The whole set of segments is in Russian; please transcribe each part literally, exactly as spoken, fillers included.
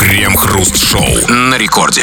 Крем-хруст-шоу на рекорде.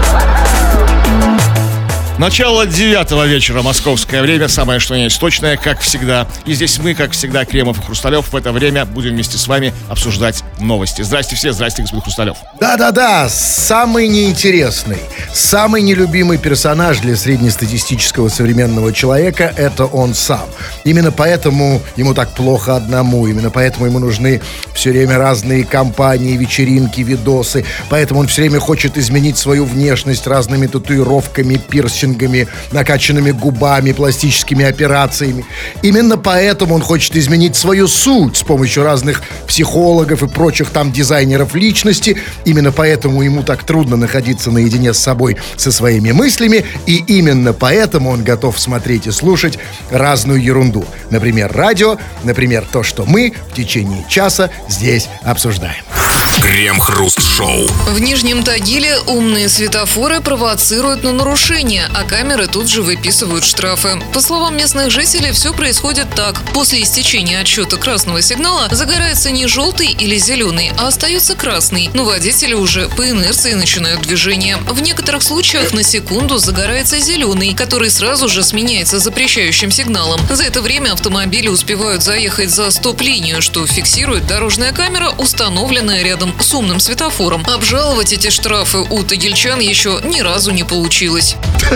Начало девятого вечера, московское время, самое что ни есть точное, как всегда. И здесь мы, как всегда, Кремов и Хрусталев, в это время будем вместе с вами обсуждать новости. Здрасте все, здрасте, господин Хрусталев. Да-да-да, самый неинтересный, самый нелюбимый персонаж для среднестатистического современного человека — это он сам. Именно поэтому ему так плохо одному, именно поэтому ему нужны все время разные компании, вечеринки, видосы. Поэтому он все время хочет изменить свою внешность разными татуировками, пирсингами, накачанными губами, пластическими операциями. Именно поэтому он хочет изменить свою суть с помощью разных психологов и прочих там дизайнеров личности. Именно поэтому ему так трудно находиться наедине с собой, со своими мыслями. И именно поэтому он готов смотреть и слушать разную ерунду. Например, радио, например, то, что мы в течение часа здесь обсуждаем. Крем-хруст-шоу. В Нижнем Тагиле умные светофоры провоцируют на нарушения, а камеры тут же выписывают штрафы. По словам местных жителей, все происходит так. После истечения отсчета красного сигнала загорается не желтый или зеленый, а остается красный. Но водители уже по инерции начинают движение. В некоторых случаях на секунду загорается зеленый, который сразу же сменяется запрещающим сигналом. За это время автомобили успевают заехать за стоп-линию, что фиксирует дорожная камера, установленная рядом с умным светофором. Обжаловать эти штрафы у тагильчан еще ни разу не получилось.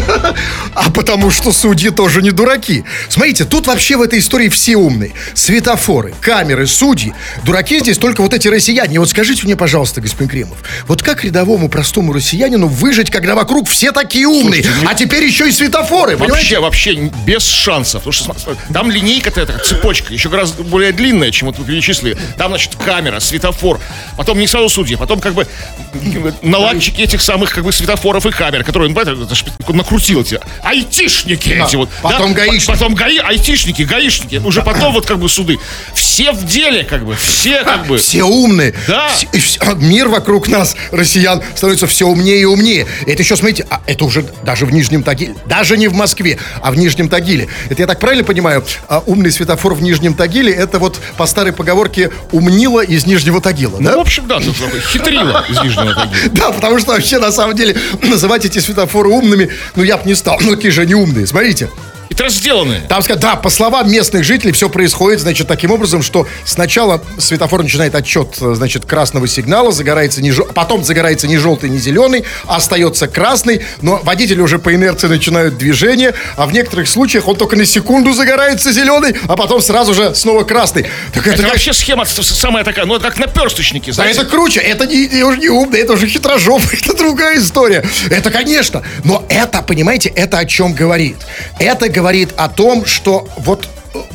А потому что судьи тоже не дураки. Смотрите, тут вообще в этой истории все умные. Светофоры, камеры, судьи. Дураки здесь только вот эти россияне. И вот скажите мне, пожалуйста, господин Кремов, вот как рядовому простому россиянину выжить, когда вокруг все такие умные? Слушайте, а теперь еще и светофоры, вообще, вообще без шансов. Потому что там линейка-то, это цепочка, еще гораздо более длинная, чем вот вы перечислили. Там, значит, камера, светофор, потом не сразу судьи, потом как бы наладчики этих самых как бы светофоров и камер, которые, ну, это, это ж накрутил эти айтишники, да, эти вот. Потом да? гаишники. Потом гаи, айтишники, гаишники, уже потом вот как бы суды. Все в деле, как бы, все как бы. Все умные. Да. Все, все, мир вокруг нас, россиян, становится все умнее и умнее. Это еще, смотрите, а это уже даже в Нижнем Тагиле, даже не в Москве, а в Нижнем Тагиле. Это я так правильно понимаю, а, умный светофор в Нижнем Тагиле — это вот по старой поговорке умнило из Нижнего Тагила, ну, да? в общем, да, хитрило из Нижнего Тагила. Да, потому что вообще, на самом деле, называть эти светофоры умными, ну, я бы не стал. Ну, какие же они умные, смотрите. Это разделанные. Там сказать, да, по словам местных жителей, все происходит, значит, таким образом, что сначала светофор начинает отсчет, значит, красного сигнала, загорается не жел... потом загорается не желтый, не зеленый, остается красный, но водители уже по инерции начинают движение, а в некоторых случаях он только на секунду загорается зеленый, а потом сразу же снова красный. Так это, это как... вообще схема самая такая, ну, это как наперсточники, знаете? Да, это круче, это не, это уже не умно, это уже хитрожопый, это другая история. Это, конечно, но это, понимаете, это о чем говорит? Это говорит говорит о том, что вот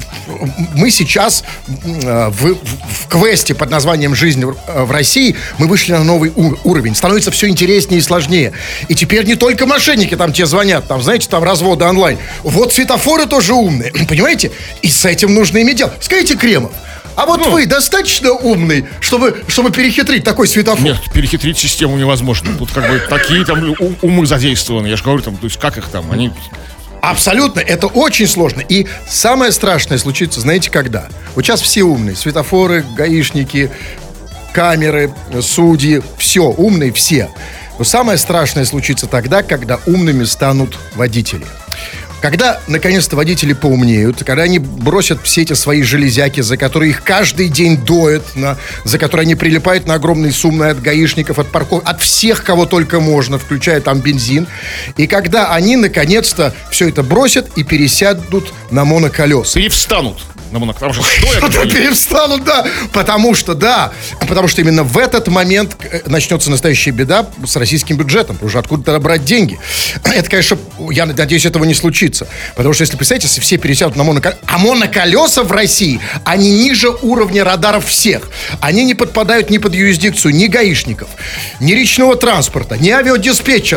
мы сейчас в, в, в квесте под названием «Жизнь в России» мы вышли на новый у- уровень. Становится все интереснее и сложнее. И теперь не только мошенники там тебе звонят, там, знаете, там разводы онлайн. Вот светофоры тоже умные, понимаете? И с этим нужно иметь дело. Скажите, Кремов, а вот ну, вы достаточно умный, чтобы, чтобы перехитрить такой светофор? Нет, перехитрить систему невозможно. Тут как бы такие там умы задействованы. Я же говорю, там, то есть как их там, они... Абсолютно, это очень сложно. И самое страшное случится, знаете, когда? Вот сейчас все умные. Светофоры, гаишники, камеры, судьи. Все, умные все. Но самое страшное случится тогда, когда умными станут водители. Когда, наконец-то, водители поумнеют, когда они бросят все эти свои железяки, за которые их каждый день доят, на, за которые они прилипают на огромные суммы от гаишников, от парков, от всех, кого только можно, включая там бензин. И когда они, наконец-то, все это бросят и пересядут на моноколеса. Перевстанут. Там же перевстанут, да. Потому что, да, потому что именно в этот момент начнется настоящая беда с российским бюджетом. Уже откуда-то брать деньги. Это, конечно, я надеюсь, этого не случится. Потому что, если, представляете, если все пересядут на моноколеса, а моноколеса в России, они ниже уровня радаров всех. Они не подпадают ни под юрисдикцию ни гаишников, ни речного транспорта, ни авиадиспетчеров.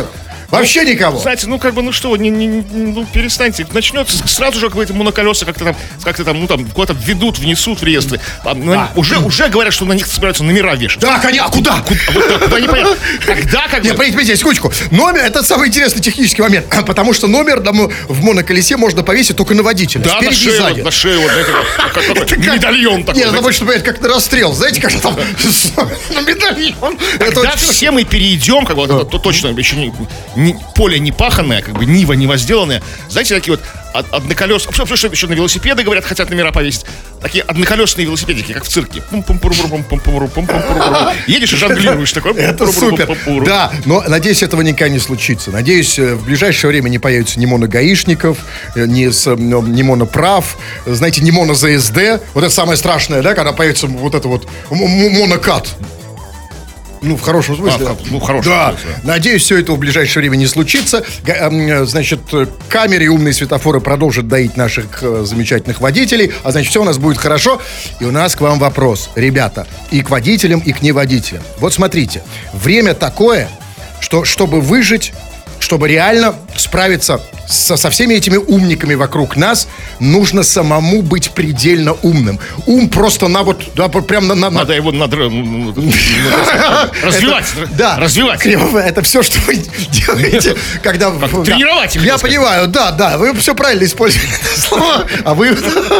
Вообще никого. Знаете, ну как бы, ну что, не, не, не- ну перестаньте. Начнется сразу же какое-то моноколеса как-то там, как-то там, ну там, куда-то введут, внесут в реестры. А, на- Да. уже, уже говорят, что на них собираются номера вешать. Да, конечно. А куда? А вот так, куда непонятно. Когда, как Нет, бы... подождите, подождите, секундочку. Номер, это самый интересный технический момент. Потому что номер там, в моноколесе можно повесить только на водителя. Да, на спереди и шею, сзади. вот, на шею, вот, знаете, как- как такой Это как- медальон такой. Нет, это знаете. больше напоминает, как на расстрел. Знаете, как там на медальон. Это Когда очень- все мы перейдем, как бы, вот это, то точно еще не, не- поле не паханное, как бы нива не возделанная. Знаете, такие вот од- одноколесные, что, что еще на велосипеды, говорят, хотят номера повесить. Такие одноколесные велосипедики, как в цирке. Пум-пум-пуру-пуру, пум-пум-пуру, пум-пум-пуру. Едешь и жонглируешь такой. Это супер. пум-пуру-пуру-пуру. Да, но надеюсь, этого никогда не случится. Надеюсь, э, в ближайшее время не появится ни моногаишников, э, ни, с, э, ни моноправ, э, знаете, ни моно-ЗСД. Вот это самое страшное, да, когда появится вот это вот м- м- монокат. Ну, в хорошем смысле. А, ну, в хорошем Да. смысле. Надеюсь, все это в ближайшее время не случится. Га- эм, Значит, э, камеры и умные светофоры продолжат доить наших э, замечательных водителей. А значит, все у нас будет хорошо. И у нас к вам вопрос, ребята. И к водителям, и к неводителям. Вот смотрите. Время такое, что чтобы выжить, чтобы реально справиться со, со всеми этими умниками вокруг нас, нужно самому быть предельно умным. Ум просто на вот, да, прям на... на- на- Надо его надр- ну, ну, развивать. Это- да, Развивать. Криво, это все, что вы делаете, когда... вы- да. тренировать их, Я так сказать. понимаю, да, да, вы все правильно используете это слово, а вы...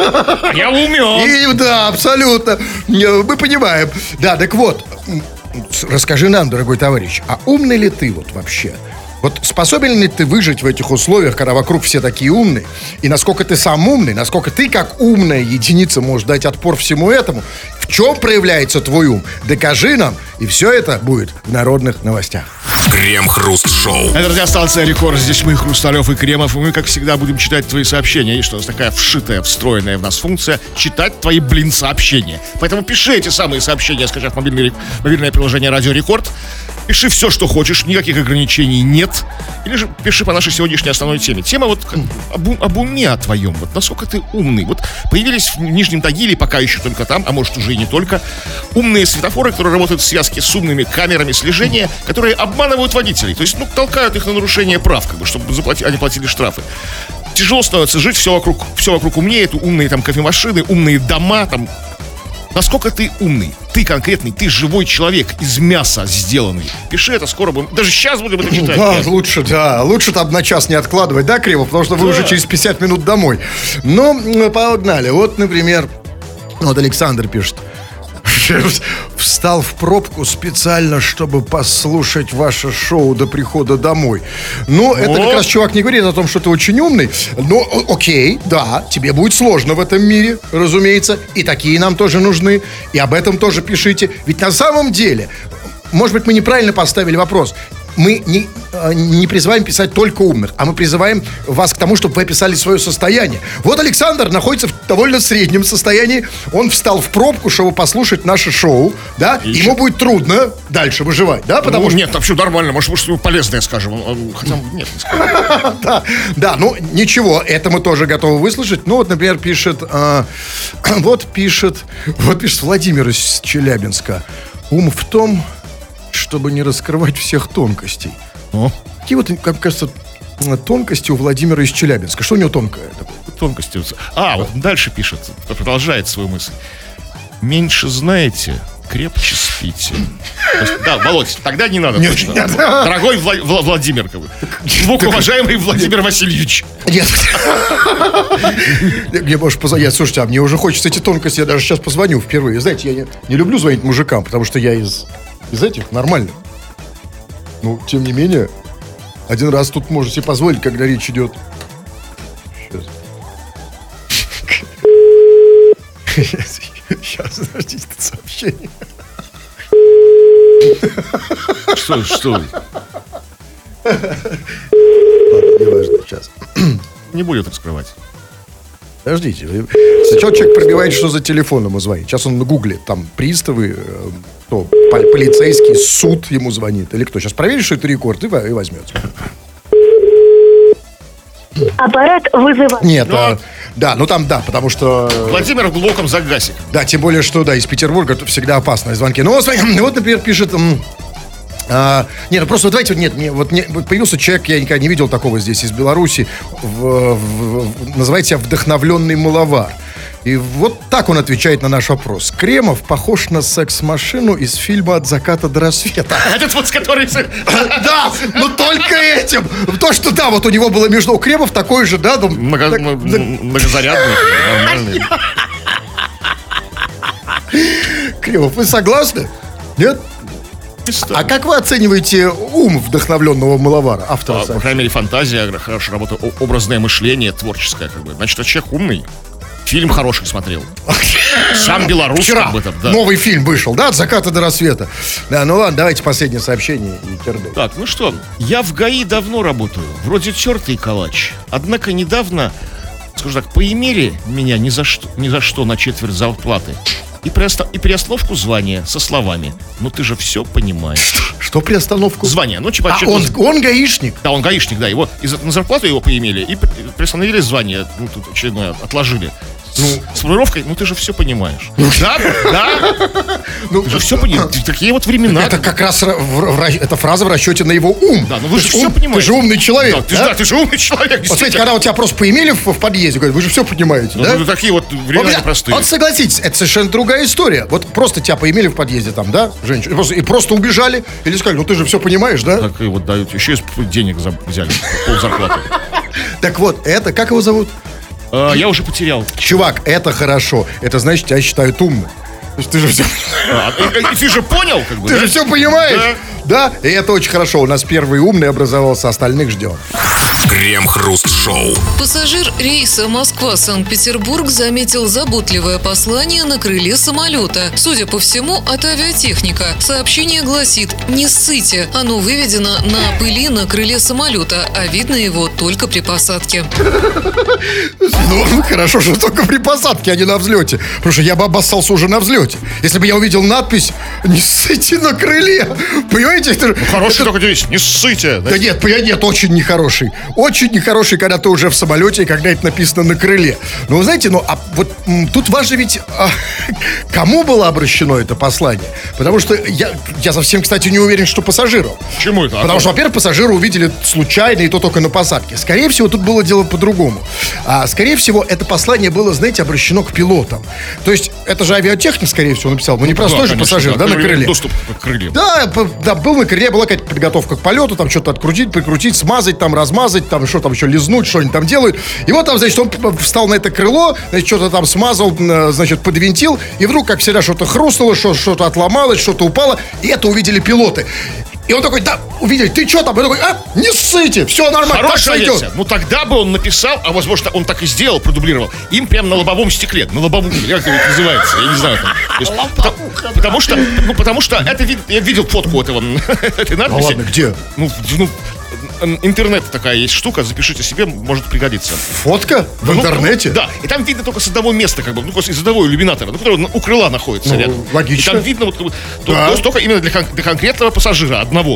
Я умен. И, да, абсолютно. Не, Мы понимаем. Да, так вот, м, с- расскажи нам, дорогой товарищ, а умный ли ты вот вообще? Вот способен ли ты выжить в этих условиях, когда вокруг все такие умные? И насколько ты сам умный, насколько ты как умная единица можешь дать отпор всему этому? В чем проявляется твой ум? Докажи нам, и все это будет в народных новостях. Крем-хруст-шоу. Это радиостанция «Рекорд». Здесь мы, Хрусталев и Кремов. И мы, как всегда, будем читать твои сообщения. Есть что у нас такая вшитая, встроенная в нас функция читать твои, блин, сообщения. Поэтому пиши эти самые сообщения, скачав мобильный, мобильное приложение «Радио Рекорд». Пиши все, что хочешь, никаких ограничений нет. Или же пиши по нашей сегодняшней основной теме. Тема вот как, об, ум- об уме о твоем. Вот насколько ты умный. Вот появились в Нижнем Тагиле, пока еще только там, а может уже и не только, умные светофоры, которые работают в связке с умными камерами слежения, которые обманывают водителей. То есть, ну, толкают их на нарушение прав, как бы, чтобы заплати- они платили штрафы. Тяжело становится жить, все вокруг, все вокруг умнеет, умные там кофемашины, умные дома, там. Насколько ты умный, ты конкретный, ты живой человек, из мяса сделанный. Пиши это, скоро будем, даже сейчас будем это читать. Да, лучше, да, лучше там на час не откладывать, да, Криво? Потому что вы уже через пятьдесят минут домой. Ну, м, погнали. Вот, например, вот Александр пишет. Встал в пробку специально, чтобы послушать ваше шоу до прихода домой. Ну, это как раз чувак не говорит о том, что ты очень умный. Но, о- окей, да, тебе будет сложно в этом мире, разумеется. И такие нам тоже нужны. И об этом тоже пишите. Ведь на самом деле, может быть, мы неправильно поставили вопрос. Мы не, э, не призываем писать только умных, а мы призываем вас к тому, чтобы вы описали свое состояние. Вот Александр находится в довольно среднем состоянии. Он встал в пробку, чтобы послушать наше шоу, да? И Ему будет трудно дальше выживать, да? Потому Ну, что... нет, вообще нормально, может, может, что-нибудь полезное скажем. Он- он- Хотя, нет, не скажем. Да, да, ну ничего, это мы тоже готовы выслушать. Ну вот, например, пишет, а, вот пишет, вот пишет Владимир из Челябинска. Ум в том, чтобы не раскрывать всех тонкостей. О, Какие вот, как кажется, тонкости у Владимира из Челябинска? Что у него тонкое? тонкости. А, вот дальше пишет, продолжает свою мысль. Меньше знаете, крепче спите. То есть, да, Володь, тогда не надо Нет, точно. нет. Дорогой Вла- Вла- Владимир, как бы. Глубоко уважаемый Владимир Васильевич. Нет. Мне можешь позвонить. Слушайте, а мне уже хочется эти тонкости. Я даже сейчас позвоню впервые. Знаете, я не, не люблю звонить мужикам, потому что я из, из этих нормальных. Ну, тем не менее, один раз тут можете позволить, когда речь идет. Сейчас. Сейчас, подождите, это сообщение. Что, что? Ладно, неважно, сейчас. Не будет раскрывать. Подождите. вы- Сначала человек пробивает, что за телефон ему звонит. Сейчас он гуглит. Там приставы, э, кто, пол- полицейский, суд ему звонит. Или кто. Сейчас проверишь, что это рекорд, и, во- и возьмется. Аппарат вызывает. Нет, а, да, ну там да, потому что... э, Владимир в глубоком загасе. Да, тем более, что, да, из Петербурга это всегда опасные звонки. Ну, вот, смотри, вот, например, пишет м, А, нет, ну просто вот давайте, вот нет, не, вот не, вот появился человек, я никогда не видел такого здесь, из Беларуси, в, в, в, называйте себя вдохновленный маловар. И вот так он отвечает на наш вопрос. Кремов похож на секс-машину из фильма «От заката до рассвета». Этот вот, с который... Да, но только этим. То, что да, вот у него было между... У Кремов такой же, да? Многозарядный, нормальный. Кремов, вы согласны? Нет? А как вы оцениваете ум вдохновленного маловара, автора? По крайней мере, фантазия, хорошая работа, образное мышление, творческое, как бы. Значит, человек умный. Фильм хороший смотрел. Сам белорус. Вчера как бы, там, да. новый фильм вышел, да, «От заката до рассвета». Да, ну ладно, давайте последнее сообщение и тердей. Так, ну что, я в ГАИ давно работаю. Вроде тертый калач. Однако недавно, скажу так, поимели меня ни за что, ни за что на четверть зарплаты. И, приоста- и приостановку звания со словами: ну ты же все понимаешь. Что приостановку? Звание, ну типа... А он, он гаишник? Да, он гаишник, да. Его из- на зарплату его поимели и при- приостановили звание. Ну, тут очередное отложили. Ну, с формулировкой: ну ты же все понимаешь. Да, да. Ну, Ты же все понимаешь. Такие вот времена. Это как раз ра- в- в- эта фраза в расчете на его ум. Да, ну вы же То есть все ум- понимаете. Ты же умный человек. Да, ты, же- да, ты же умный человек. Вот смотрите, когда у тебя просто поимели в, в подъезде, говорят, вы же все понимаете, Ну, да? ну, такие вот времена Вот, непростые. вот согласитесь, это совершенно другая история. Вот просто тебя поимели в подъезде там, да, женщина, и просто, и просто убежали, или сказали, ну ты же все понимаешь, да? Так и вот дают. Еще из денег за- взяли. Пол зарплаты. Так вот, это, как его зовут? А, я уже потерял. Чувак, это хорошо. Это значит, тебя считают умным. То есть ты же все, А, и- и ты же понял, как бы, ты да? же все понимаешь. Да. И это очень хорошо. У нас первый умный образовался, остальных ждем. Крем-хруст-шоу. Пассажир рейса Москва-Санкт-Петербург заметил заботливое послание на крыле самолета. Судя по всему, от авиатехника. Сообщение гласит: не ссыте. Оно выведено на пыли на крыле самолета, а видно его только при посадке. Ну, хорошо, что только при посадке, а не на взлете. Потому что я бы обоссался уже на взлете. Если бы я увидел надпись «Не ссыте на крыле». Понимаете? Это, Хороший это- только здесь, не ссыте. Да нет, понимаете, нет, очень нехороший. Очень нехороший, когда ты уже в самолете, и когда это написано на крыле. Ну, вы знаете, ну, а вот м, тут важно ведь, а, кому было обращено это послание? Потому что я, я совсем, кстати, не уверен, что пассажирам. Почему это? Потому что, во-первых, пассажиры увидели случайно, и то только на посадке. Скорее всего, тут было дело по-другому. А, скорее всего, это послание было, знаете, обращено к пилотам. То есть, это же авиатехник, скорее всего, написал. Ну, не простой же конечно, пассажир, да, на крыле. Доступ к крыльям. Да, п- да, был на крыле, была какая-то подготовка к полету, там что-то открутить, прикрутить, смазать, там размазать, там что там еще лизнуть, что они там делают. И вот там, значит, он п- встал на это крыло, значит, что-то там смазал, м, значит, подвинтил, и вдруг, как всегда, что-то хрустнуло, что- что-то отломалось, что-то упало, и это увидели пилоты. И он такой: да, увидели, ты что там? И такой: а, не ссыте, все нормально, так Хорошая сойдет. версия. Ну тогда бы он написал, а возможно он так и сделал, продублировал, им прям на лобовом стекле, на лобовом, как это называется, я не знаю. Там. То есть, потому, потому что, ну потому что это вид- я видел фотку этого этой Ну надписи. ладно, где? Ну, в- ну, интернет такая есть штука, запишите себе, может пригодиться. Фотка? В Ну, интернете? ну, да, и там видно только с одного места, как бы, ну, просто из одного иллюминатора, ну, который на- у крыла находится Ну, рядом. логично. И там видно вот, как бы, то- Да. то есть только именно для, кон- для конкретного пассажира, одного.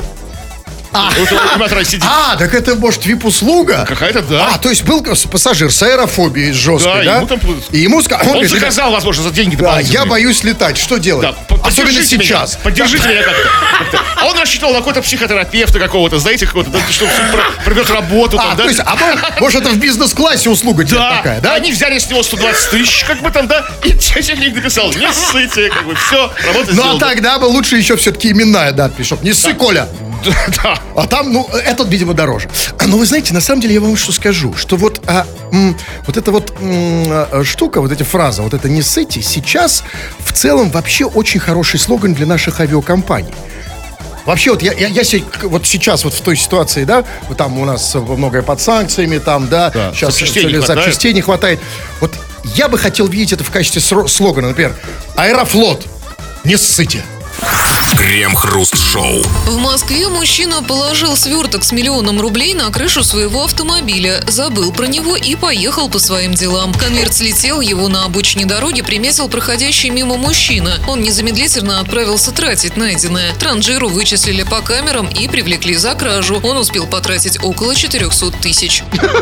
А. Вот у иллюминатора сидит. А, так это, может, вип-услуга? Какая-то, да. А, то есть был пассажир с аэрофобией жесткой, Да, да? ему там- И ему сказали... Он заказал, возможно, за деньги Да, дополнительные. я боюсь летать, что делать? Да, по- Особенно поддержите сейчас. Меня, поддержите меня как-то, как-то. А он рассчитывал на какого-то психотерапевта какого-то, знаете, какого-то, да, что пройдет работу. А, там, да? то есть, а может, может, это в бизнес-классе услуга тебе Да, такая, да? они взяли с него сто двадцать тысяч, как бы там, да, и техник написал: не ссыте, как бы, все, работа Ну, а сделана. тогда бы лучше еще все-таки именная надпись, чтоб не ссы, Коля. Да. А там, ну, этот, видимо, дороже. Но вы знаете, на самом деле я вам что скажу, что вот, а, м, вот эта вот м, а, штука, вот эти фразы, вот это «не ссыте», сейчас в целом вообще очень хороший слоган для наших авиакомпаний. Вообще, вот я, я, я се- вот сейчас вот в той ситуации, да, вот там у нас многое под санкциями, там, да, Да, сейчас запчастей не цели- хватает. запчастей не хватает. Вот я бы хотел видеть это в качестве сро- слогана, например, «Аэрофлот, не ссыте». Крем-хруст-шоу. В Москве мужчина положил сверток с миллионом рублей на крышу своего автомобиля, забыл про него и поехал по своим делам. Конверт слетел, его на обочине дороги приметил проходящий мимо мужчина. Он незамедлительно отправился тратить найденное. Транжиру вычислили по камерам и привлекли за кражу. Он успел потратить около четырехсот тысяч.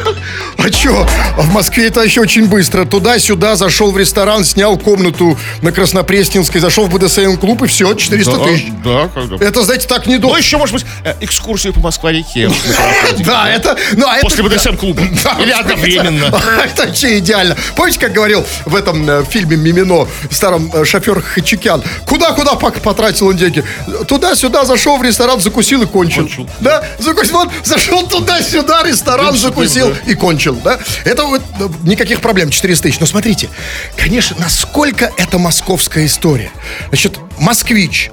А чё? В Москве это еще очень быстро. Туда-сюда, зашел в ресторан, снял комнату на Краснопресненской, зашел в БДСМ-клуб и все, четыреста Да, тысяч. тысяч. Да, когда. Это, знаете, так Ну, недолго. еще, может быть, э, экскурсию по Москва-реке. Да, это... Ну, а После это... БДСМ-клуба. Да, Или одновременно. Это вообще идеально. Помните, как говорил в этом э, фильме «Мимино» старом э, шофер Хачикян? Куда-куда пок- потратил он деньги? Туда-сюда зашел в ресторан, закусил и кончил. Кончил. Да, закусил. Он зашел туда-сюда, ресторан Дым, закусил дым, да. и кончил. Да? Это вот э, никаких проблем, четыреста тысяч. Но смотрите, конечно, насколько это московская история. Значит, москвич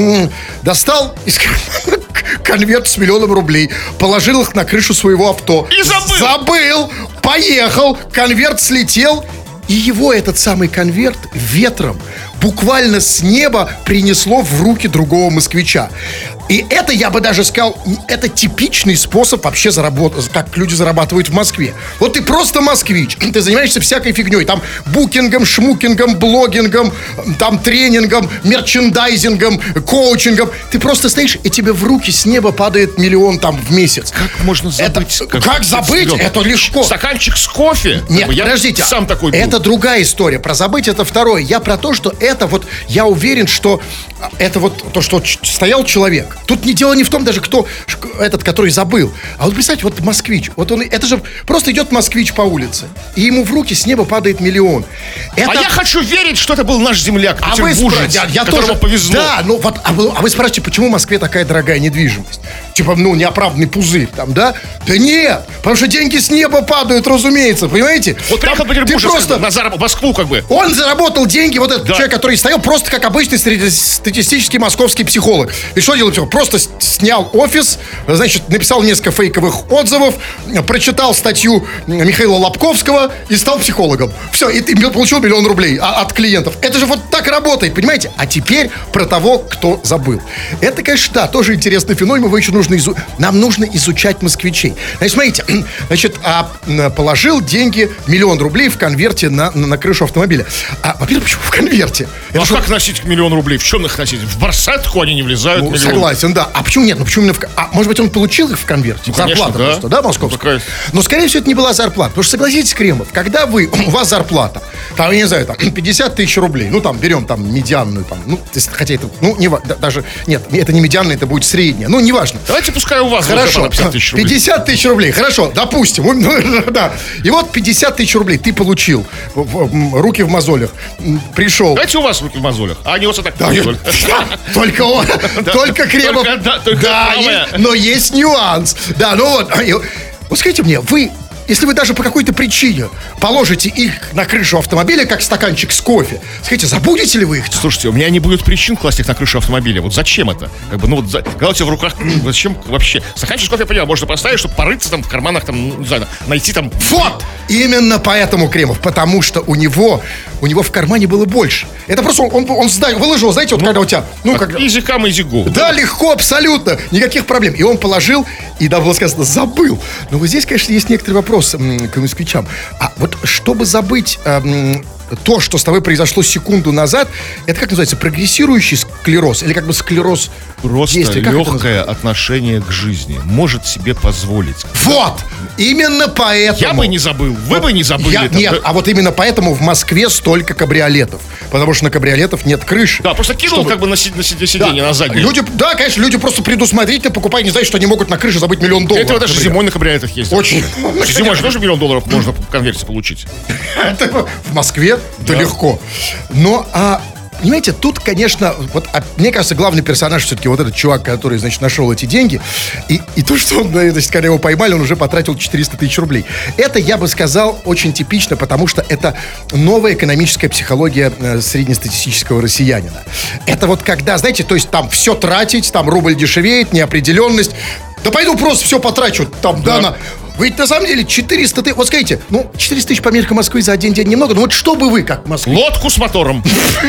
достал из кармана конверт с миллионом рублей, положил их на крышу своего авто. И забыл. Забыл, поехал, конверт слетел, и его этот самый конверт ветром буквально с неба принесло в руки другого москвича. И это, я бы даже сказал, это типичный способ вообще заработать, как люди зарабатывают в Москве. Вот ты просто москвич, ты занимаешься всякой фигней, там букингом, шмукингом, блогингом, там тренингом, мерчендайзингом, коучингом. Ты просто стоишь, и тебе в руки с неба падает миллион там в месяц. Как можно забыть? Это, как забыть? Серьезно. Это легко. Стаканчик с кофе? Как Нет, бы я подождите. сам такой был. Это другая история. Про забыть это второе. Я про то, что это вот, я уверен, что это вот то, что ч- стоял человек. Тут не дело не в том даже, кто ш- этот, который забыл. А вот представьте, вот москвич. Вот он, это же просто идет москвич по улице. И ему в руки с неба падает миллион. Это... А я хочу верить, что это был наш земляк, А вы петербуржец, спра- я, я которому тоже... повезло. Да, ну вот, а вы, а вы спрашиваете, почему в Москве такая дорогая недвижимость? Типа, ну, неоправданный пузырь там, да? Да нет, потому что деньги с неба падают, разумеется, понимаете? Вот приехал Там петербуржец ты просто... на зараб- в Москву как бы. Он заработал деньги, вот этот Да. человек, который стоял просто как обычный среднестатистический московский психолог. И что делал? Просто с- снял офис, значит, написал несколько фейковых отзывов, прочитал статью Михаила Лобковского и стал психологом. Все, и ты получил миллион рублей а- от клиентов. Это же вот так работает, понимаете? А теперь про того, кто забыл. Это, конечно, да, тоже интересный феномен, его еще нужно изу... Нам нужно изучать москвичей. Значит, смотрите, значит, а, м, положил деньги, миллион рублей в конверте на, на, на крышу автомобиля. А, во-первых, почему в конверте? Ну, Это а же- как носить миллион рублей? В чем их носить? В барсетку они не влезают. Ну, миллион. согласен, да. А почему нет? Ну, почему именно в... ко- А может быть, он получил их в конверте? Ну, конечно, Зарплата да. просто, да, московская? Ну, такая- Но, скорее всего, это не была зарплата. Потому что, согласитесь, Кремов, когда вы, у вас зарплата, там, я не знаю, там, пятьдесят тысяч рублей, ну, там, берем, там, медианную, там, ну, если- хотя это, ну, не, ва- да- даже, нет, это не медианная, это будет средняя, ну, неважно. Давайте пускай у вас будет Хорошо, зарплата пятьдесят тысяч рублей. пятьдесят тысяч рублей, хорошо, допустим, ну, да. И вот пятьдесят тысяч рублей ты получил, в- в- м, руки в мозолях, м, пришел. Давайте у вас руки в мозолях. А они вот так. Да, мозоль. Только он, только Кремов. Только, да, только Да, правая. есть- но есть нюанс. Да, ну вот. и- Вот скажите мне, вы, если вы даже по какой-то причине положите их на крышу автомобиля, как стаканчик с кофе, скажите, забудете ли вы их? Слушайте, у меня не будет причин класть их на крышу автомобиля. Вот зачем это? Как бы, ну вот, за- когда у тебя в руках, м, зачем вообще? Стаканчик с кофе, я понимаю, можно поставить, чтобы порыться там в карманах, там, ну, не знаю, найти там... Вот! Именно поэтому, Кремов, потому что у него, у него в кармане было больше. Это просто он, он, он сда- выложил, знаете, вот когда у тебя, ну, как... Easy come, easy go. Да, легко, абсолютно, никаких проблем. И он положил, и, да, было сказано, забыл. Но вот здесь, конечно, есть некоторый вопрос м, к москвичам. А вот чтобы забыть эм, то, что с тобой произошло секунду назад, это как называется, прогрессирующий склероз? Или как бы склероз Просто действия? Как это легкое отношение к жизни может себе позволить. Вот! Именно поэтому... Я бы не забыл, вы бы не забыли. Я- там, нет, да? а вот именно поэтому в Москве столько кабриолетов. Потому что на кабриолетов нет крыши. Да, просто кинул Чтобы- как бы на, си- на си- Да. сиденье, на заднее. Люди, да, конечно, люди просто предусмотрительно покупают, не знают, что они могут на крыше забыть миллион Для долларов. этого даже например. зимой на кабриолетах ездят. Очень. Зимой же тоже миллион долларов можно в конверте получить. Это в Москве да легко. Но, а, понимаете, тут, конечно, вот, а, мне кажется, главный персонаж все-таки вот этот чувак, который, значит, нашел эти деньги. И, и то, что он, значит, когда его поймали, он уже потратил четыреста тысяч рублей. Это, я бы сказал, очень типично, потому что это новая экономическая психология э, среднестатистического россиянина. Это вот когда, знаете, то есть там все тратить, там рубль дешевеет, неопределенность. Да пойду просто все потрачу там, да, на... Ведь на самом деле четыреста тысяч, вот скажите, ну, четыреста тысяч по меркам Москвы за один день немного, но вот что бы вы, как москвич? Лодку с мотором.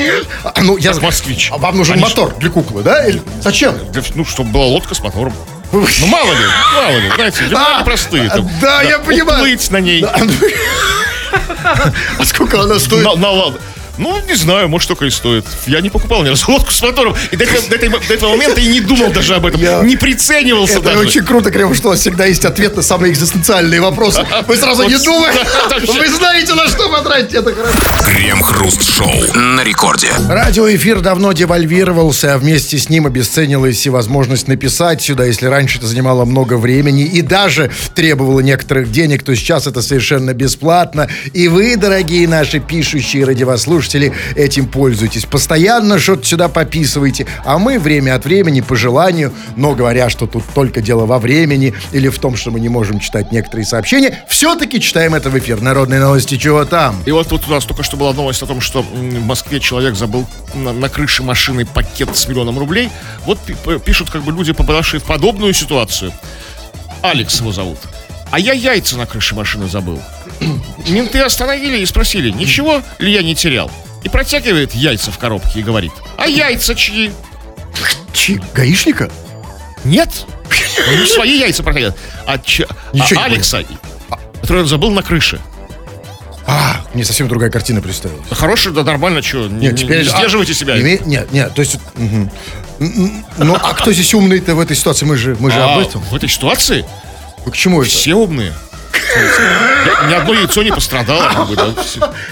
А, ну, я... Как москвич. А вам нужен Они мотор для куклы, да? Или... Зачем? Да, ну, чтобы была лодка с мотором. Ну, мало ли, мало ли, знаете, дела А, непростые. там. да, я понимаю. Уплыть на ней. А сколько она стоит? На- на лад- Ну, не знаю, может, только и стоит. Я не покупал ни разу лодку с мотором. И до этого, до этого, до этого момента и не думал даже об этом. Я... Не приценивался Это даже. очень круто, Крем, что у вас всегда есть ответ на самые экзистенциальные вопросы. Вы сразу не думаете. Вы знаете, на что потратить это хорошо. Крем-хруст-шоу на рекорде. Радиоэфир давно девальвировался, а вместе с ним обесценилась и возможность написать сюда. Если раньше это занимало много времени и даже требовало некоторых денег, то сейчас это совершенно бесплатно. И вы, дорогие наши пишущие радиослушатели, этим пользуетесь. Постоянно что-то сюда пописываете, а мы время от времени, по желанию, но говоря, что тут только дело во времени или в том, что мы не можем читать некоторые сообщения, все-таки читаем это в эфир. Народные новости, чего там? И вот тут у нас только что была новость о том, что в Москве человек забыл на, на крыше машины пакет с миллионом рублей. Вот пишут как бы люди, попадавшие в подобную ситуацию. Алекс его зовут. А я яйца на крыше машины забыл. Менты остановили и спросили, ничего ли я не терял? И протягивает яйца в коробке и говорит, а яйца чьи? Чьи? Гаишника? Нет. Он не свои яйца протягивает, а, ч... а Алекса, который он забыл на крыше. А, мне совсем другая картина представилась. Да хорошая, да нормально, что, не, Нет, теперь, не сдерживайте а, себя. Име... Нет, нет, то есть... Угу. Ну, а кто здесь умный-то в этой ситуации? Мы же, мы же а, об этом. В этой ситуации? Вы к чему это? Все умные. Ни одно яйцо не пострадало. Как бы, да,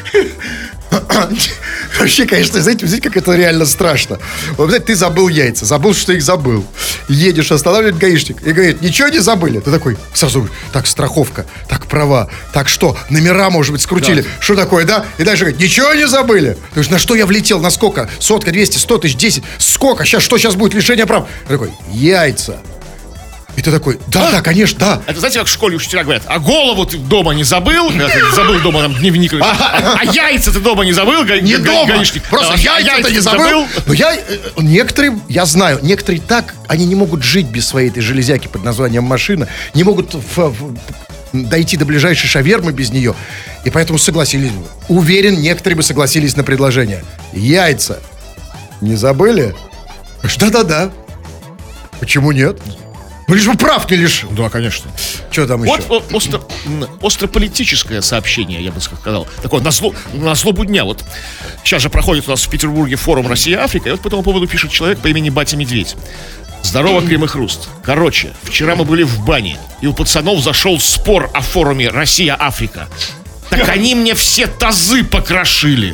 вообще, конечно, знаете, знаете, как это реально страшно. Вот, знаете, ты забыл яйца, забыл, что их забыл. Едешь, останавливает гаишник и говорит, ничего не забыли? Ты такой, сразу, так, страховка, так, права, так, что, номера, может быть, скрутили. Да. Что такое, да? И дальше говорит, ничего не забыли? То есть, на что я влетел, на сколько? Сотка, двести, сто тысяч, десять, сколько? Сейчас, что сейчас будет? Лишение прав. Я такой, яйца. И ты такой, да, а? да, конечно, да. Это знаете, как в школе учителя говорят, а голову ты дома не забыл? Забыл дома там дневник. А, а яйца ты дома не забыл? Не дома, просто яйца ты не забыл. Но я, некоторые, я знаю, некоторые так, они не могут жить без своей этой железяки под названием машина, не могут в, в, дойти до ближайшей шавермы без нее. И поэтому согласились. Уверен, некоторые бы согласились на предложение. Яйца не забыли? Да-да-да. Почему нет? Ну, лишь бы прав не лишил. Да, конечно. Что там вот, еще? Вот остро, острополитическое сообщение, я бы сказал. Такое на, зло, на злобу дня. Вот сейчас же проходит у нас в Петербурге форум «Россия-Африка», и вот по этому поводу пишет человек по имени Батя Медведь. Здорово, Крем и Хруст. Короче, вчера мы были в бане, и у пацанов зашел спор о форуме «Россия-Африка». Так они мне все тазы покрошили.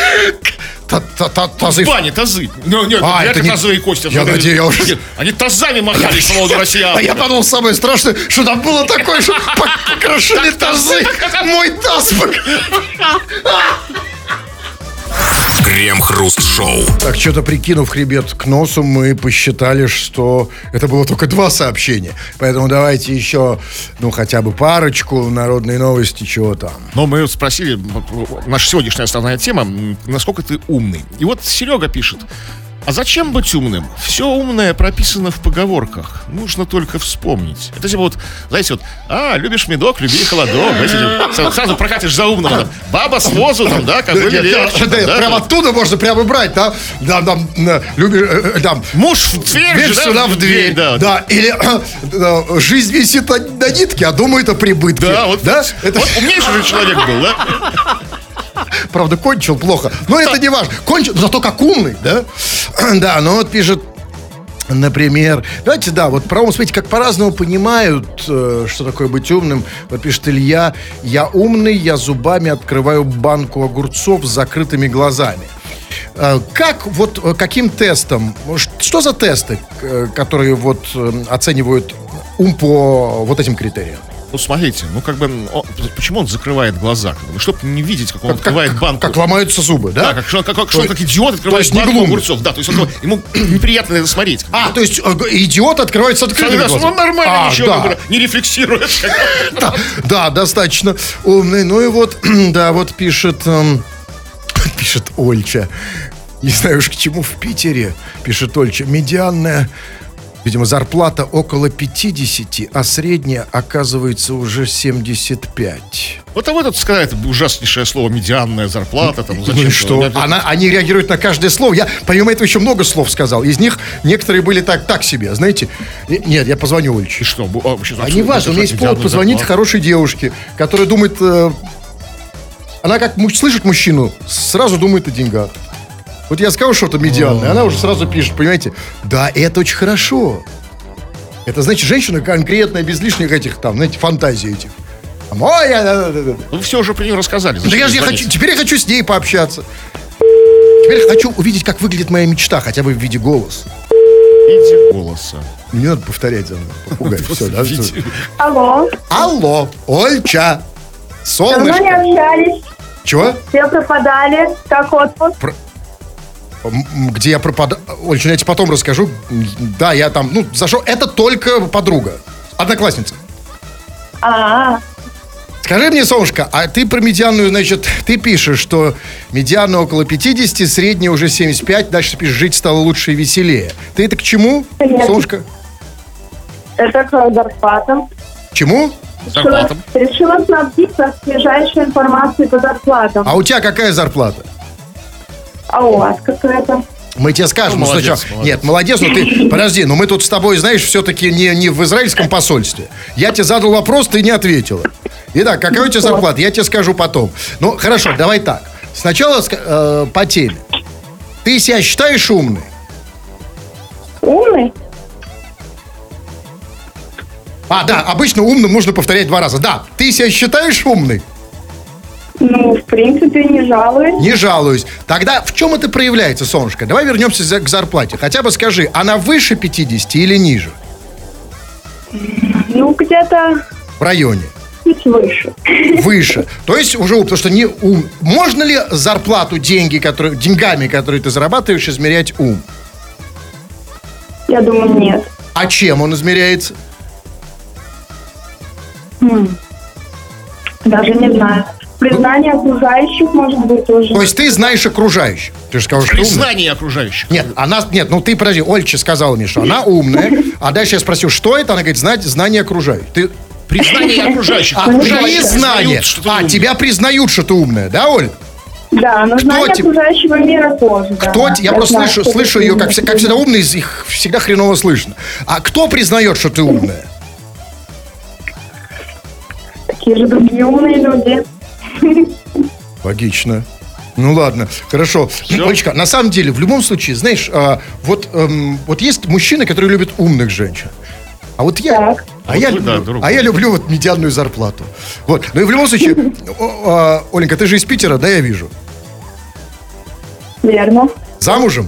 Тазы. В бане тазы. Ну, нет, а, это не... тазовые кости. Я надеялся. Они тазами махались по поводу России. А я подумал, самое страшное, что там было такое, что покрошили тазы. Мой таз. Крем-хруст-шоу. Так, что-то прикинув хребет к носу, мы посчитали, что это было только два сообщения. Поэтому давайте еще, ну, хотя бы парочку народной новости, чего там. Но мы спросили, наша сегодняшняя основная тема, насколько ты умный. И вот Серега пишет. А зачем быть умным? Все умное прописано в поговорках. Нужно только вспомнить. Это типа вот, знаете, вот, а, любишь медок, люби холодок. Знаете, сразу прокатишь за умного. Там, баба с возу, там, да, козыли легче. Прямо оттуда можно прямо брать, да? Да, там, любишь, там. Муж в дверь, дверь сюда в дверь. Да, да. Или жизнь висит на нитке, а думает о прибытке. Да, вот, да? Это... вот умнейший же человек был, да? Правда, кончил плохо. Но это не важно. Кончил, зато как умный, да? Да, ну вот пишет, например, давайте, да, вот про ум, смотрите, как по-разному понимают, э, что такое быть умным. Вот пишет Илья, я умный, я зубами открываю банку огурцов с закрытыми глазами. Э, как, вот, каким тестом, что за тесты, которые вот оценивают ум по вот этим критериям? Ну, смотрите, ну, как бы, он, почему он закрывает глаза? Как бы, чтобы не видеть, как он как, открывает как, банку. Как ломаются зубы, да? Да, как, как, как, что, как идиот открывает банку глум. огурцов. Да, то есть он, ему неприятно это смотреть. А, то есть идиот открывает с открытыми да, глазами. Он нормально, а, ничего, да. как бы, не рефлексирует. Да, да, достаточно умный. Ну и вот, да, вот пишет, эм, пишет Ольча. Не знаю уж к чему в Питере, пишет Ольча. Медианная, видимо, зарплата около пятьдесят, а средняя, оказывается, уже семьдесят пять. Вот а вы тут сказали, это ужаснейшее слово медианная зарплата. Там, ну и что? Она, они реагируют на каждое слово. Я, помимо этого, еще много слов сказал. Из них некоторые были так, так себе, знаете. Нет, я позвоню Ольче. И что? А, а не важно, у меня есть повод позвонить хорошей девушке, которая думает... Э, она как му- слышит мужчину, сразу думает о деньгах. Вот я сказал что-то медианное, она уже сразу пишет, понимаете? Да, это очень хорошо. Это значит, женщина конкретная, без лишних этих там, знаете, фантазий этих. Там, ой, я, да, да, да. Вы все уже про нее рассказали. Да Зачем я же я звонить? хочу, теперь я хочу с ней пообщаться. Теперь я хочу увидеть, как выглядит моя мечта, хотя бы в виде голоса. Виде голоса. Не надо повторять за мной, попугай. Все, да, всё. Виде- Алло. Алло, Ольча, Давно не солнышко. общались. Чего? Все пропадали. Как отпуск? М, м, Где я пропадал? Ольча, я тебе потом расскажу. М, Да, я там, ну, зашел. Это только подруга, одноклассница. А, Скажи мне, солнышко, а ты про медианную, значит, ты пишешь, что медиана около пятидесяти, средняя уже семьдесят пять, дальше пишешь, жить стало лучше и веселее. Ты это к чему, Нет. солнышко? это к зарплатам. К чему? Зарплатам. Решила, решила снабдиться свежайшей информацией по зарплатам. А у тебя какая зарплата? А у вас какая-то? Мы тебе скажем, Ну, ну, молодец, сначала. молодец. Нет, молодец, но ты, подожди, но мы тут с тобой, знаешь, все-таки не, не в израильском посольстве. Я тебе задал вопрос, ты не ответила. Итак, какая у тебя зарплата? Я тебе скажу потом. Ну, хорошо, давай так. Сначала ска- э, по теме. Ты себя считаешь умной? Умный? А, да, обычно умным нужно повторять два раза. Да, ты себя считаешь умной? Ну, в принципе, не жалуюсь. Не жалуюсь. Тогда в чем это проявляется, солнышко? Давай вернемся за- к зарплате. Хотя бы скажи, она выше пятидесяти или ниже? Ну, где-то В районе. чуть выше. Выше. То есть уже ум, потому что не ум. Можно ли зарплату, деньги, которые, деньгами, которые ты зарабатываешь, измерять ум? Я думаю, нет. А чем он измеряется? М. Даже не знаю. Признание окружающих, может быть, тоже. То есть ты знаешь окружающих. Ты же сказал, что умная. Признание окружающих. Нет, она, нет, ну ты подожди, Ольча сказала мне, что она умная, а дальше я спросил, что это, она говорит, знать, знание окружающих. Ты, Признание окружающих. а, Окружающие твои знания, признают, что ты а, умный. тебя признают, что ты умная, да, Оль? Да, но знание тебе- окружающего мира тоже. Да. Кто, те- я просто знаю, слышу, что слышу это ее, как, умный. вся- как всегда умные, из их всегда хреново слышно. А кто признает, что ты умная? Такие же другие умные люди. Логично. Ну ладно, хорошо. Олечка, на самом деле, в любом случае, знаешь, а, вот, эм, вот есть мужчины, которые любят умных женщин. А вот я, Так. а, Вот я вы, да, люблю, друг а я люблю вот медианную зарплату. Вот. Ну и в любом случае, о, а, Оленька, ты же из Питера, да, я вижу? Верно. Замужем?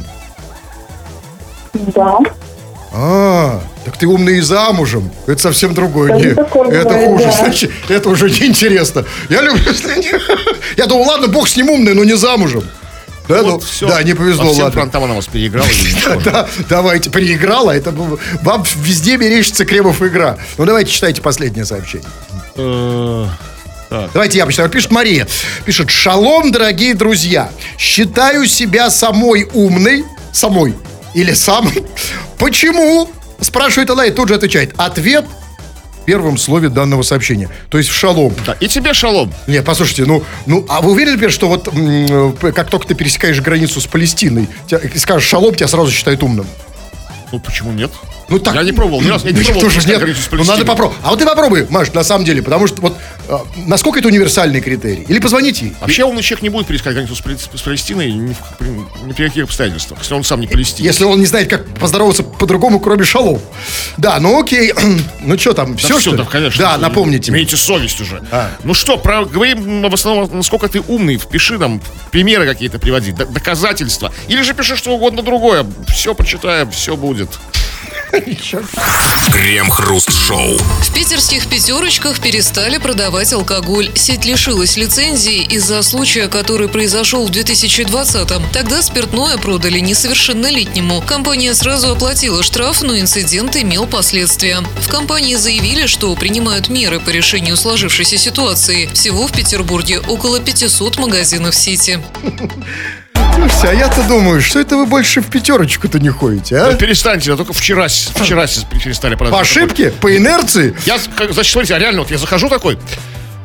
Да. А, так ты умный и замужем. Это совсем другое. Даже Не, такое это бывает, хуже, да. значит, это уже неинтересно. Я люблю, если не- я думал, ладно, бог с ним умный, но не замужем. Да, ну, Вот всё. да, не повезло, По всем ладно. фронтам она вас переиграла. и ничего. Да, давайте, переиграла. Это был- вам везде мерещится Кремов игра. Ну, давайте читайте последнее сообщение. Э, Давайте я почитаю. Пишет Мария. Пишет: шалом, дорогие друзья. Считаю себя самой умной. Самой. Или самой. Почему? Спрашивает она и тут же отвечает. Ответ в первом слове данного сообщения. То есть в шалом. Да, и тебе шалом. Не, послушайте, ну, ну, а вы уверены, например, что вот м, э, как только ты пересекаешь границу с Палестиной, тебя- и скажешь шалом, тебя сразу считают умным? Ну, почему нет? Ну, так, Я не пробовал, ни разу я не Я пробовал тоже пересекать нет. границу с Ну, надо Палестиной. попробовать. А вот ты попробуй, Маш, на самом деле, потому что вот а, насколько это универсальный критерий? Или позвоните ей. Вообще умный человек не будет пересекать границу с, Пали- с Палестиной ни, в, при, ни при каких обстоятельствах, если он сам не палестинец. Если он не знает, как поздороваться по-другому, кроме шалом. Да, ну окей. Ну что там, Да все, что да, ли? конечно. Да, напомните мне. Имейте совесть уже. А. Ну что, про, говорим в основном, насколько ты умный. Впиши нам примеры какие-то приводи, д- доказательства. Или же пиши что угодно другое. Все почитаем, все будет. Крем-хруст-шоу. В питерских пятерочках перестали продавать алкоголь. Сеть лишилась лицензии из-за случая, который произошел в две тысячи двадцатом. Тогда спиртное продали несовершеннолетнему. Компания сразу оплатила штраф, но инцидент имел последствия. В компании заявили, что принимают меры по решению сложившейся ситуации. Всего в Петербурге около пятисот магазинов сети. Слушайте, а я-то думаю, что это вы больше в пятерочку-то не ходите, Да а? перестаньте, да только вчера, с- вчера с- перестали продавать. По ошибке? По инерции? Я, как- значит, смотрите, а реально, вот я захожу такой,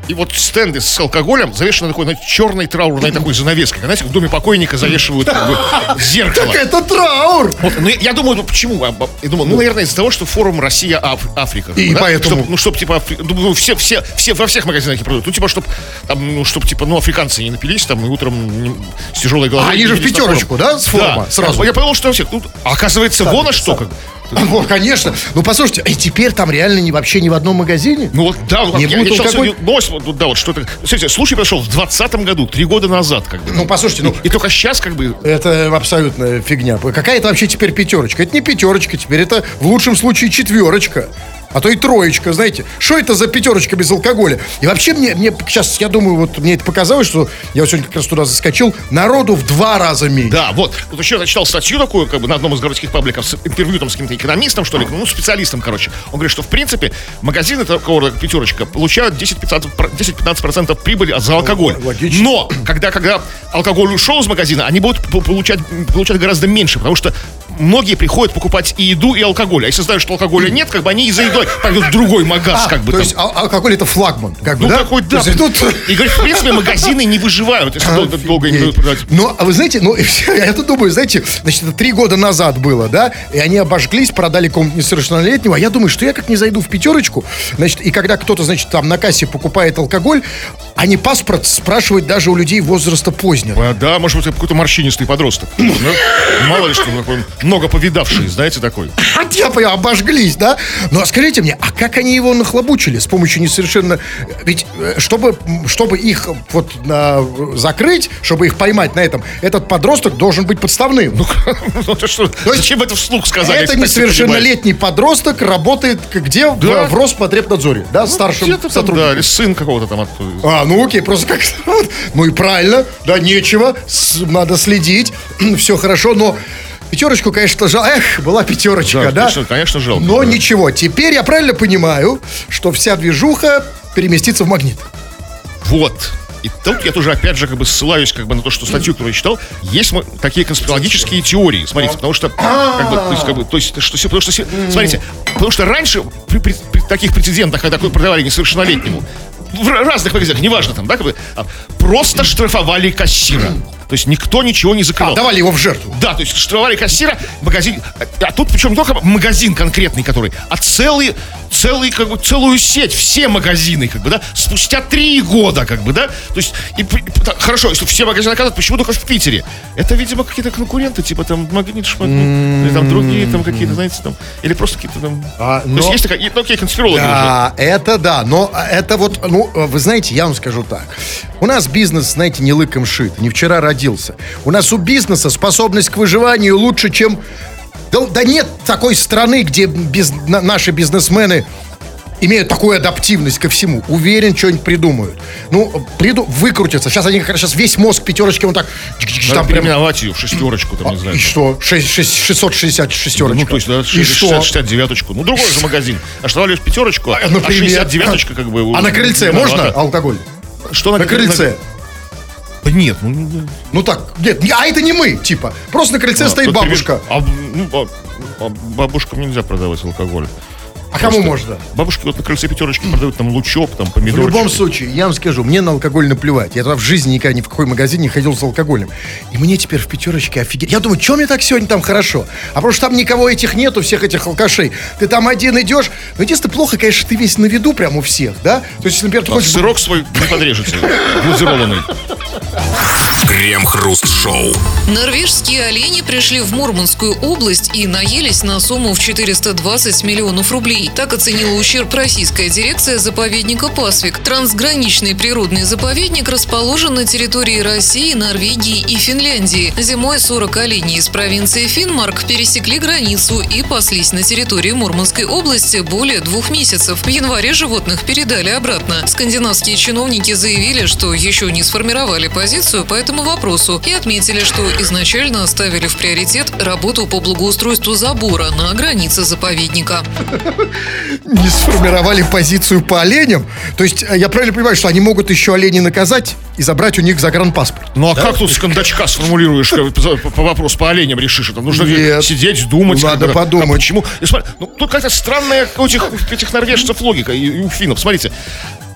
И вот стенды с алкоголем завешены такой, знаете, черной траурной такой занавеской. Знаете, в доме покойника завешивают как бы зеркало. Так это траур! Вот, ну, я думаю, ну почему? Я думаю, ну, наверное, из-за того, что форум Россия-Африка. И да? поэтому... Чтоб, ну, чтобы, типа, афри... ну, все, все, все, во всех магазинах их продают. Ну, типа, чтобы, там, ну, чтоб, типа, ну, африканцы не напились, там, и утром не... с тяжелой головой. А они же в пятерочку, да, с форума? Да, сразу. Я понял, что у всех. Ну, оказывается, Сами, вон а что сами. как. Вот, конечно. Ну, послушайте, и теперь там реально не, вообще ни в одном магазине? Ну вот, да, вот, Не я, будет я читал алкоголь? сегодня новость, вот, да, вот что-то. Смотрите, случай произошел в двадцатом году, три года назад, как бы. Ну, послушайте, ну... И, и только сейчас, как бы. Это абсолютно фигня. Какая это вообще теперь пятерочка? Это не пятерочка, теперь это в лучшем случае четверочка. А то и троечка, знаете. Что это за пятерочка без алкоголя? И вообще мне, мне сейчас, я думаю, вот мне это показалось, что я вот сегодня как раз туда заскочил, народу в два раза меньше. Да, вот. Вот еще я читал статью такую, как бы на одном из городских пабликов, с интервью там с каким-то экономистом, что ли, ну, специалистом, короче. Он говорит, что в принципе магазины такого рода пятерочка получают десять-пятнадцать процентов прибыли за алкоголь. Логично. Но когда, когда алкоголь ушел из магазина, они будут получать, получать гораздо меньше, потому что многие приходят покупать и еду, и алкоголь. А если знают, что алкоголя нет, как бы они и за едой пойдут в другой магаз, А, как бы то там. есть ал- алкоголь это флагман, как бы, Ну, да? какой, да. То есть идут- И говорит, в принципе, магазины не выживают, если долго, долго не будут продавать. Ну, а вы знаете, ну, я это думаю, знаете, значит, это три года назад было, да, и они обожглись, продали кому-то несовершеннолетнего, а я думаю, что я как не зайду в пятерочку, значит, и когда кто-то, значит, там на кассе покупает алкоголь, они паспорт спрашивают даже у людей возраста позднего. А, да, может быть, это какой-то морщинистый подросток. Ну, мало ли что, такой, много повидавший, знаете, такой. А я понимаю, обожглись, да? Ну, а скажите мне, а как они его нахлобучили с помощью несовершенно... Ведь, э, чтобы, чтобы их вот а, закрыть, чтобы их поймать на этом, этот подросток должен быть подставным. Ну, Ну, это что, зачем это вслух сказали? это если так все несовершеннолетний подросток работает к- где? В- Да. В, Роспотребнадзоре, да, старшим понимают? Где-то там, да, сотрудником. или сын какого-то там оттуда. А, ну окей, просто как... Ну и правильно, да, нечего, с- надо следить, все хорошо, но... Пятерочку, конечно, жал. Эх, была пятерочка, Да, да? конечно, конечно, жалко, Но да. ничего, теперь я правильно понимаю, что вся движуха переместится в магнит. Вот. И тут я тоже, опять же, как бы ссылаюсь как бы на то, что статью, которую я читал, есть м- такие конспирологические теории. Смотрите, потому что, как бы, то есть, как бы, то есть, что, се- потому что, се- смотрите, потому что раньше при, при- при таких прецедентах, когда такое продавали несовершеннолетнему, в р- разных магазинах, неважно там, да, как бы, а, просто штрафовали кассира. То есть никто ничего не закрывал. А, давали его в жертву. Да, то есть штрафовали кассира, магазин. А, а тут причем не только магазин конкретный, который, а целый, целый, как бы, целую сеть, все магазины, как бы, да, спустя три года, как бы, да. То есть, и, п- и, так, хорошо, если все магазины оказывают, почему только в Питере? Это, видимо, какие-то конкуренты, типа там Магнит, Шмагнит, или там другие, там какие-то, знаете, там, или просто какие-то там. А, То но- есть есть такая, и- ну, такие конспирологи. уже. Да, это да, но это вот, ну, вы знаете, я вам скажу так. У нас бизнес, знаете, не лыком шит, не вчера родился. У нас у бизнеса способность к выживанию лучше, чем... Да, да нет такой страны, где биз- на- наши бизнесмены имеют такую адаптивность ко всему. Уверен, что-нибудь придумают. Ну, приду, выкрутятся. Сейчас они, сейчас весь мозг пятерочки, он так... Надо там прям- переименовать ее в шестерочку, там, не знаю. И что? Шесть- шесть- шестьсот шестьдесят шестерочка. Ну, то есть, да, И что? шестьдесят шестьдесят девяточку. Ну, другой же магазин. А штрафовали в пятерочку, а Например. шестьдесят девяточка, как бы... А на крыльце виновата. можно алкоголь? Что На крыльце. Да нет, ну... ну, Ну так, нет, не- а это не мы, типа. Просто на крыльце а, стоит тут бабушка. привет- А, ну, а- а бабушкам нельзя продавать алкоголь. А кому можно? Бабушки вот на крыльце пятерочки продают там лучок, там В помидорчики. любом случае, я вам скажу, мне на алкоголь наплевать. Я туда в жизни никогда ни в какой магазин не ходил с алкоголем. И мне теперь в пятерочке офигеть. Я думаю, что мне так сегодня там хорошо? А потому что там никого этих нету, всех этих алкашей. Ты там один идешь. Но единственное, плохо, конечно, ты весь на виду прям у всех, да? То есть, если, например, ты А хочешь... сырок свой не подрежете. Глазированный. Крем-хруст-шоу. Норвежские олени пришли в Мурманскую область и наелись на сумму в четыреста двадцать миллионов рублей. Так оценила ущерб российская дирекция заповедника Пасвик. Трансграничный природный заповедник расположен на территории России, Норвегии и Финляндии. Зимой сорок оленей из провинции Финмарк пересекли границу и паслись на территории Мурманской области более двух месяцев. В январе животных передали обратно. Скандинавские чиновники заявили, что еще не сформировали позицию по этому вопросу и отметили, что изначально ставили в приоритет работу по благоустройству забора на границе заповедника. Не сформировали позицию по оленям. То есть, э, я правильно понимаю, что они могут еще оленей наказать и забрать у них загранпаспорт? Ну а как тут с кондачка сформулируешь, как, по, по вопросу по оленям решишь? Это нужно Нет. сидеть, думать. Надо как бы, подумать. А почему? И смотри, ну, тут какая-то странная у этих, у этих норвежцев логика и, и у финнов. Смотрите,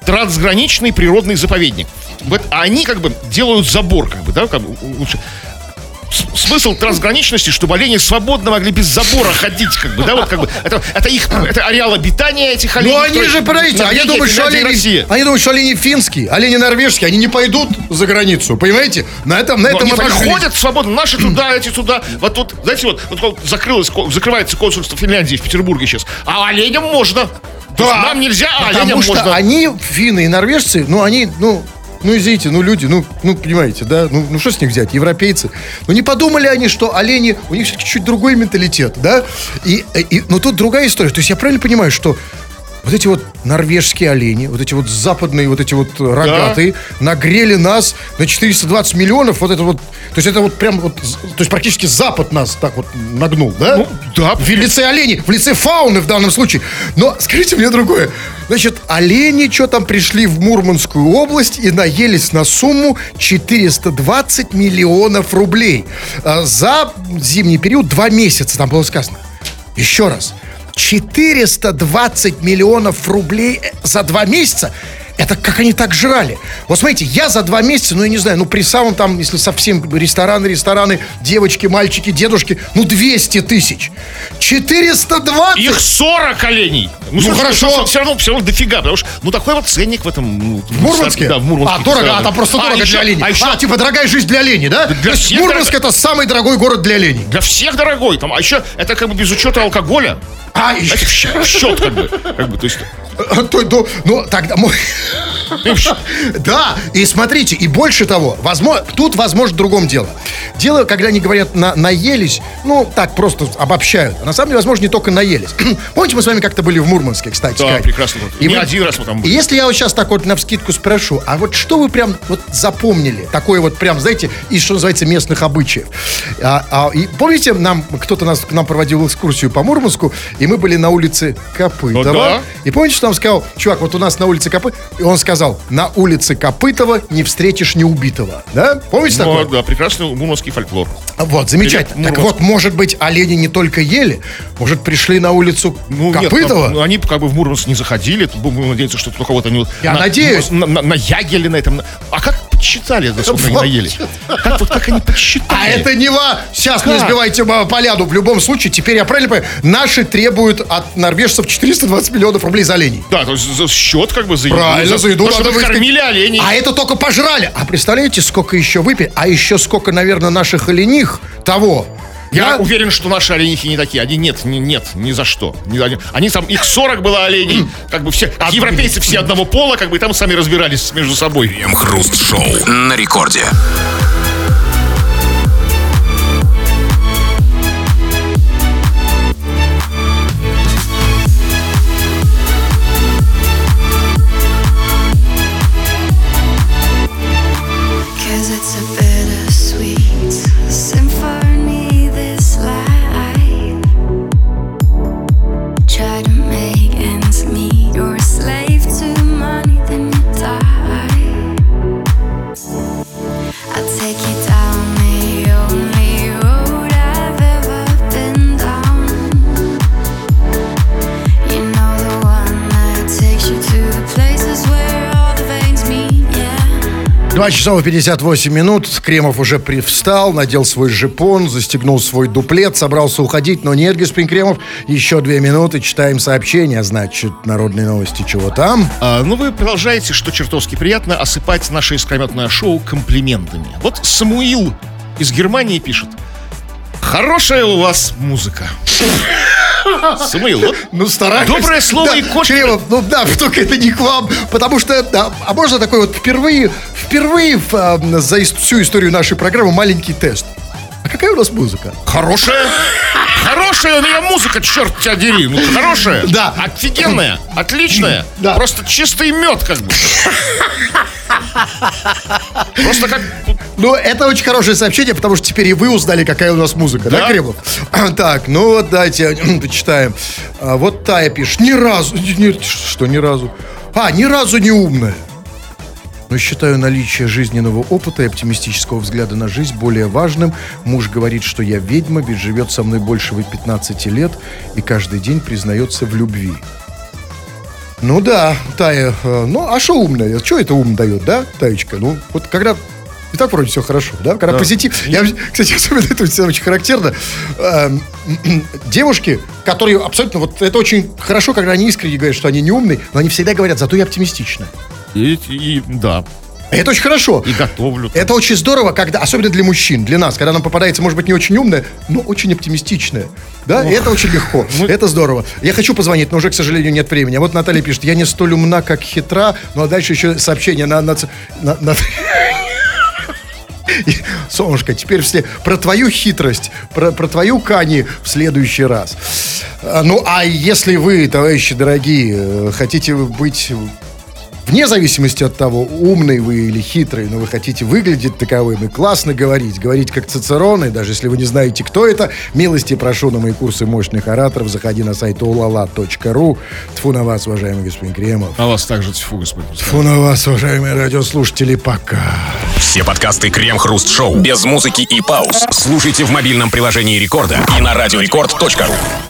трансграничный природный заповедник. Вот они как бы делают забор, как бы, да, как бы лучше. Смысл трансграничности, чтобы олени свободно могли без забора ходить, как бы, да, вот как бы, это, это их, это ареал обитания этих оленей. Ну они же, подождите, они думают, что олени, они думают, что олени финские, олени норвежские, они не пойдут за границу, понимаете? На этом, на этом они ходят свободно, наши туда, эти туда. Вот тут, знаете, вот, вот закрылось, закрывается консульство Финляндии в Петербурге сейчас, а оленям можно. Да. Нам нельзя, а Потому оленям что можно. они, финны и норвежцы, ну они, ну... Ну, извините, ну, люди, ну, ну понимаете, да? Ну, ну, что с них взять? Европейцы. Ну, не подумали они, что олени, у них все-таки чуть другой менталитет, да? И, и, но тут другая история. То есть я правильно понимаю, что вот эти вот норвежские олени, вот эти вот западные, вот эти вот рогатые, да, нагрели нас на четыреста двадцать миллионов, вот это вот, то есть это вот прям вот, то есть практически Запад нас так вот нагнул, да? Ну, да. В лице оленей, в лице фауны в данном случае. Но скажите мне другое. Значит, олени что там пришли в Мурманскую область и наелись на сумму четыреста двадцать миллионов рублей. За зимний период два месяца, там было сказано. Еще раз. четыреста двадцать миллионов рублей за два месяца. Это как они так жрали. Вот смотрите, я за два месяца, ну я не знаю, ну при самом там, если совсем рестораны, рестораны, девочки, мальчики, дедушки, ну двести тысяч. четыреста двадцать! Их сорок оленей. Ну, ну хорошо. Все равно, все равно дофига, потому что, ну такой вот ценник в этом. Ну, в Мурманске? Да, в Мурманске. А, дорого, а там просто а, дорого еще, для оленей. А, еще... а, типа дорогая жизнь для оленей, да? Для То есть Мурманск дорог... это самый дорогой город для оленей. Для всех дорогой. Там, а еще это как бы без учета алкоголя. А, еще... в счет как бы. Как бы, то есть... То, ну, тогда... Да, и смотрите, и больше того, возможно, тут, возможно, в другом дело. Дело, когда они говорят на, наелись, ну, так просто обобщают. А на самом деле, возможно, не только наелись. Помните, мы с вами как-то были в Мурманске, кстати. Да, Кать? прекрасно. И не вы... один раз мы там были. И если я вот сейчас так вот навскидку спрошу, а вот что вы прям вот запомнили? Такое вот прям, знаете, из, что называется, местных обычаев. А, а, и помните, нам кто-то нас, к нам проводил экскурсию по Мурманску, и мы были на улице Копытова. Ну, да. И помните, что нам сказал, чувак, вот у нас на улице Копытова, и он сказал, на улице Копытова не встретишь неубитого. Да? Помните ну, такое? Да, прекрасный мурманский фольклор. Вот, замечательно. Так вот, может быть, олени не только ели, может, пришли на улицу ну, Копытова? Нет, они как бы в Мурманск не заходили. Будем надеяться, что только вот они... Я на, надеюсь. На, на, на ягеле на этом... А как подсчитали, насколько они наели? Как вот как они подсчитали? А это не ва... Сейчас как? Не сбивайте поляну. В любом случае, теперь я правильно понимаю, наши требуют от норвежцев четыреста двадцать миллионов рублей за оленей. Да, то есть за счет как бы за еду. Правильно, за еду. Чтобы кормили оленей. А это только пожрали. А представляете, сколько еще выпили? А еще сколько, наверное, наших олених того. Я Я уверен, что наши оленихи не такие. Они нет, не, нет, ни за что. Ни, они, они там, их сорок было оленей. Как бы все, как европейцы все одного пола, как бы и там сами разбирались между собой. Крем-хруст-шоу на рекорде. два часа пятьдесят восемь минут. Кремов уже привстал, надел свой жипон, застегнул свой дуплет, собрался уходить. Но нет, господин Кремов, еще две минуты, читаем сообщения. Значит, народные новости, чего там? А, ну, вы продолжаете, что чертовски приятно, осыпать наше искрометное шоу комплиментами. Вот Самуил из Германии пишет: хорошая у вас музыка. Самуил, вот ну, стараюсь. Доброе слово да, и кошка. Кремов, ну да, только это не к вам. Потому что, да, а можно такой вот впервые, впервые в, а, за всю историю нашей программы маленький тест. А какая у нас музыка? Хорошая. Хорошая у меня музыка, черт тебя дери. Ну, хорошая. Да. Офигенная. Отличная. Да. Просто чистый мед, как бы. Просто как... Ну, это очень хорошее сообщение, потому что теперь и вы узнали, какая у нас музыка, да, да Кремов? Так, ну вот, давайте дочитаем. А, вот Тая пишет: ни разу... Нет, что ни разу? А, ни разу не умная. Но считаю наличие жизненного опыта и оптимистического взгляда на жизнь более важным. Муж говорит, что я ведьма, ведь живет со мной больше пятнадцати лет и каждый день признается в любви. Ну да, Тая. э, Ну, а что умная? Что это ум дает, да, Таечка? Ну, вот когда... И так вроде все хорошо, да? Когда позитив... Я, кстати, особенно это всегда очень характерно. Эм, Девушки, которые абсолютно... Вот это очень хорошо, когда они искренне говорят, что они не умные, но они всегда говорят, зато я оптимистична. И, и да. Это очень хорошо. И готовлю. там. Это очень здорово, когда, особенно для мужчин, для нас, когда нам попадается, может быть, не очень умная, но очень оптимистичная. Да, и это очень легко. Это здорово. Я хочу позвонить, но уже, к сожалению, нет времени. А вот Наталья пишет, я не столь умна, как хитра, ну а дальше еще сообщение на... на, на, на... И, Солнышко, теперь все про твою хитрость, про, про твою Кани в следующий раз. А, Ну, а если вы, товарищи дорогие, э, хотите быть... Вне зависимости от того, умный вы или хитрый, но вы хотите выглядеть таковым и классно говорить, говорить как Цицерон, и даже если вы не знаете, кто это, милости прошу на мои курсы мощных ораторов, заходи на сайт улала точка ру. Тьфу на вас, уважаемый господин Кремов. А вас также тьфу, господин. Тьфу на вас, уважаемые радиослушатели, пока. Все подкасты Крем-Хруст Шоу без музыки и пауз слушайте в мобильном приложении Рекорда и на радиорекорд точка ру.